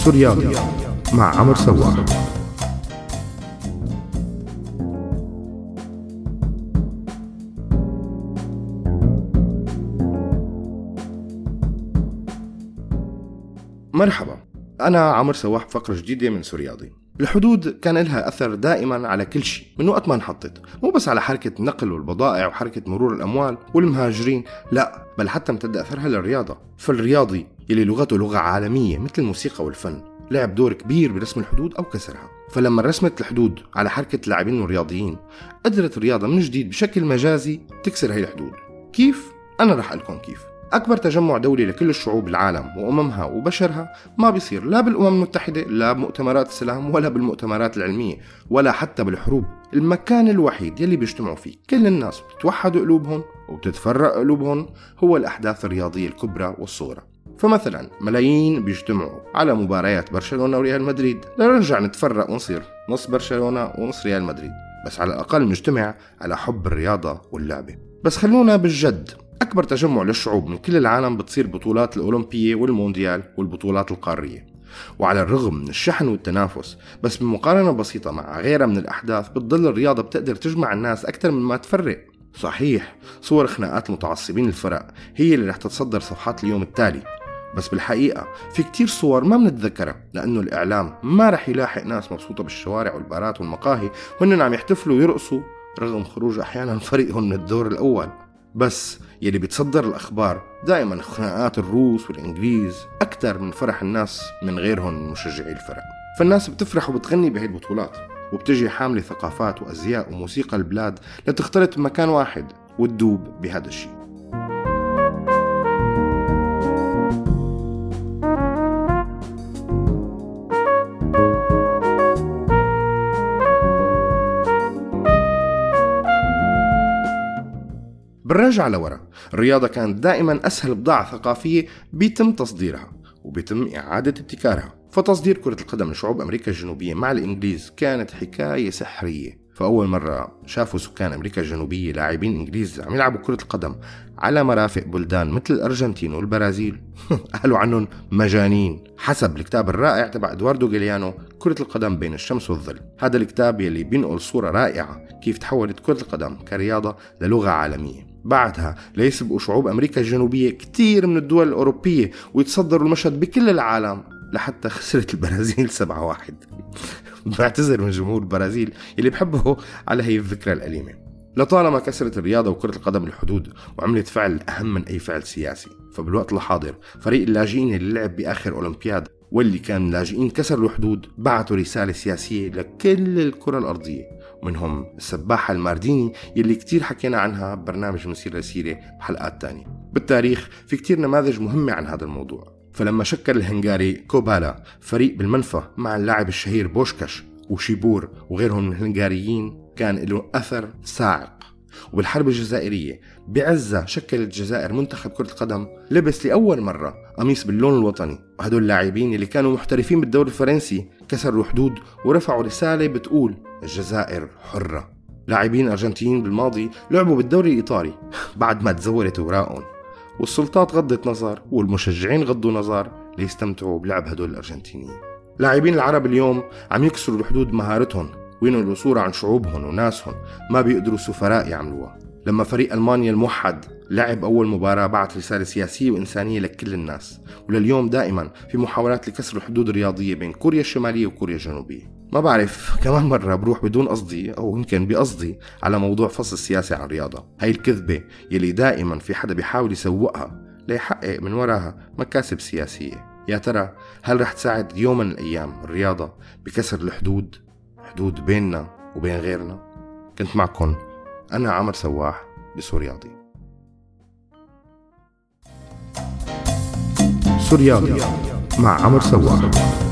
سوريالي مع عمر سواح. مرحبا، أنا عمر سواح بفقرة جديدة من سوريالي. الحدود كان لها أثر دائما على كل شيء من وقت ما انحطت، مو بس على حركة النقل والبضائع وحركة مرور الأموال والمهاجرين، لا بل حتى امتد أثرها للرياضة. فالرياضي يلي لغته لغة عالمية مثل الموسيقى والفن لعب دور كبير برسم الحدود أو كسرها. فلما رسمت الحدود على حركة اللاعبين والرياضيين، قدرت الرياضة من جديد بشكل مجازي تكسر هاي الحدود. كيف؟ أنا رح أقولكم كيف. أكبر تجمع دولي لكل الشعوب العالم وأممها وبشرها ما بيصير لا بالأمم المتحدة، لا بمؤتمرات السلام، ولا بالمؤتمرات العلمية، ولا حتى بالحروب. المكان الوحيد يلي بيجتمعوا فيه كل الناس بتتوحد قلوبهم وبتتفرق قلوبهم هو الأحداث الرياضية الكبرى والصغرى. فمثلا ملايين بيجتمعوا على مباريات برشلونة وريال مدريد، لنرجع نتفرق ونصير نص برشلونة ونص ريال مدريد، بس على الأقل نجتمع على حب الرياضة واللعبة. بس خلونا بالجد، أكبر تجمع للشعوب من كل العالم بتصير بطولات الأولمبية والمونديال والبطولات القارية. وعلى الرغم من الشحن والتنافس، بس بمقارنة بسيطة مع غيرها من الأحداث بتضل الرياضة بتقدر تجمع الناس أكثر من ما تفرق. صحيح صور خناقات متعصبين الفرق هي اللي رح تتصدر صفحات اليوم التالي، بس بالحقيقة في كتير صور ما بنتذكرها لأنه الإعلام ما رح يلاحق ناس مبسوطة بالشوارع والبارات والمقاهي وهن عم يحتفلوا ويرقصوا رغم خروج أحيانا فريقهم من الدور الأول. بس يلي بيتصدر الأخبار دائما خناقات الروس والإنجليز أكثر من فرح الناس من غيرهم من مشجعي الفرق. فالناس بتفرح وبتغني بهي البطولات، وبتجي حاملة ثقافات وأزياء وموسيقى البلاد لتختلط بمكان واحد وتدوب بهذا الشيء. بالرجعة لورا، الرياضة كانت دائما أسهل بضاعة ثقافية بيتم تصديرها وبيتم إعادة ابتكارها. فتصدير كرة القدم لشعوب أمريكا الجنوبية مع الإنجليز كانت حكاية سحرية. فأول مرة شافوا سكان أمريكا الجنوبية لاعبين إنجليز عم يلعبوا كرة القدم على مرافق بلدان مثل الأرجنتين والبرازيل قالوا عنهم مجانين. حسب الكتاب الرائع تبع إدواردو غاليانو كرة القدم بين الشمس والظل، هذا الكتاب يلي بينقل صورة رائعة كيف تحولت كرة القدم كرياضة للغة عالمية. بعدها ليسبقوا شعوب أمريكا الجنوبية كتير من الدول الأوروبية ويتصدروا المشهد بكل العالم، لحتى خسرت البرازيل 7-1. بعتذر من جمهور البرازيل اللي بحبه على هي الذكرى الأليمة. لطالما كسرت الرياضة وكرة القدم الحدود وعملت فعل أهم من أي فعل سياسي. فبالوقت الحاضر فريق اللاجئين اللي لعب بآخر أولمبياد واللي كان لاجئين كسروا الحدود بعتوا رسالة سياسية لكل الكرة الأرضية، ومنهم السباحة المارديني يلي كتير حكينا عنها ببرنامج مسيرة لسيرة بحلقات تانية. بالتاريخ في كتير نماذج مهمة عن هذا الموضوع. فلما شكل الهنغاري كوبالا فريق بالمنفى مع اللاعب الشهير بوشكاش وشيبور وغيرهم من الهنغاريين كان له أثر صاعق. وبالحرب الجزائرية بعزة شكلت الجزائر منتخب كرة القدم لبس لأول مرة قميص باللون الوطني، وهدول اللاعبين اللي كانوا محترفين بالدوري الفرنسي كسروا حدود ورفعوا رسالة بتقول الجزائر حرة. لاعبين أرجنتينيين بالماضي لعبوا بالدوري الإيطالي بعد ما تزورت اوراقهم، والسلطات غضت نظر والمشجعين غضوا نظر ليستمتعوا بلعب هدول الأرجنتينيين. لاعبين العرب اليوم عم يكسروا الحدود مهارتهم وينقلوا صورة عن شعوبهم وناسهم ما بيقدروا سفراء يعملوها. لما فريق ألمانيا الموحد لعب أول مباراة بعت رسالة سياسية وإنسانية لكل الناس. ولليوم دائما في محاولات لكسر الحدود الرياضية بين كوريا الشمالية وكوريا الجنوبية. ما بعرف كمان مرة بروح بدون قصدي أو يمكن بقصدي على موضوع فصل السياسة عن الرياضة. هاي الكذبة يلي دائما في حدا بيحاول يسوقها ليحقق من وراها مكاسب سياسية. يا ترى هل رح تساعد يوم من الأيام الرياضة بكسر الحدود، حدود بيننا وبين غيرنا؟ كنت معكم أنا عمر سواح بسوريالي. سوريالي مع عمر سواح.